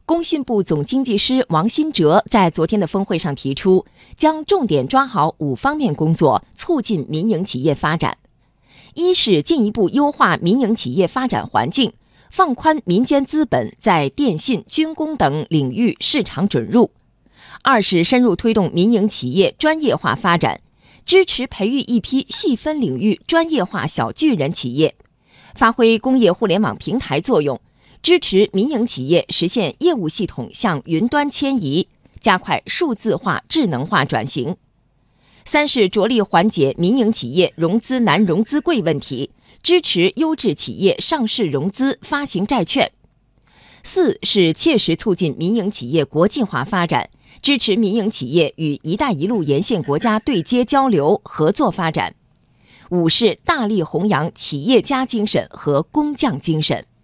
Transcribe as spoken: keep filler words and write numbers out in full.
工信部总经济师王新哲在昨天的峰会上提出，将重点抓好五方面工作，促进民营企业发展。一是进一步优化民营企业发展环境，放宽民间资本在电信、军工等领域市场准入；二是深入推动民营企业专业化发展，支持培育一批细分领域专业化小巨人企业，发挥工业互联网平台作用，支持民营企业实现业务系统向云端迁移，加快数字化、智能化转型。三是着力缓解民营企业融资难、融资贵问题，支持优质企业上市融资、发行债券。四是切实促进民营企业国际化发展，支持民营企业与“一带一路”沿线国家对接交流、合作发展。五是大力弘扬企业家精神和工匠精神。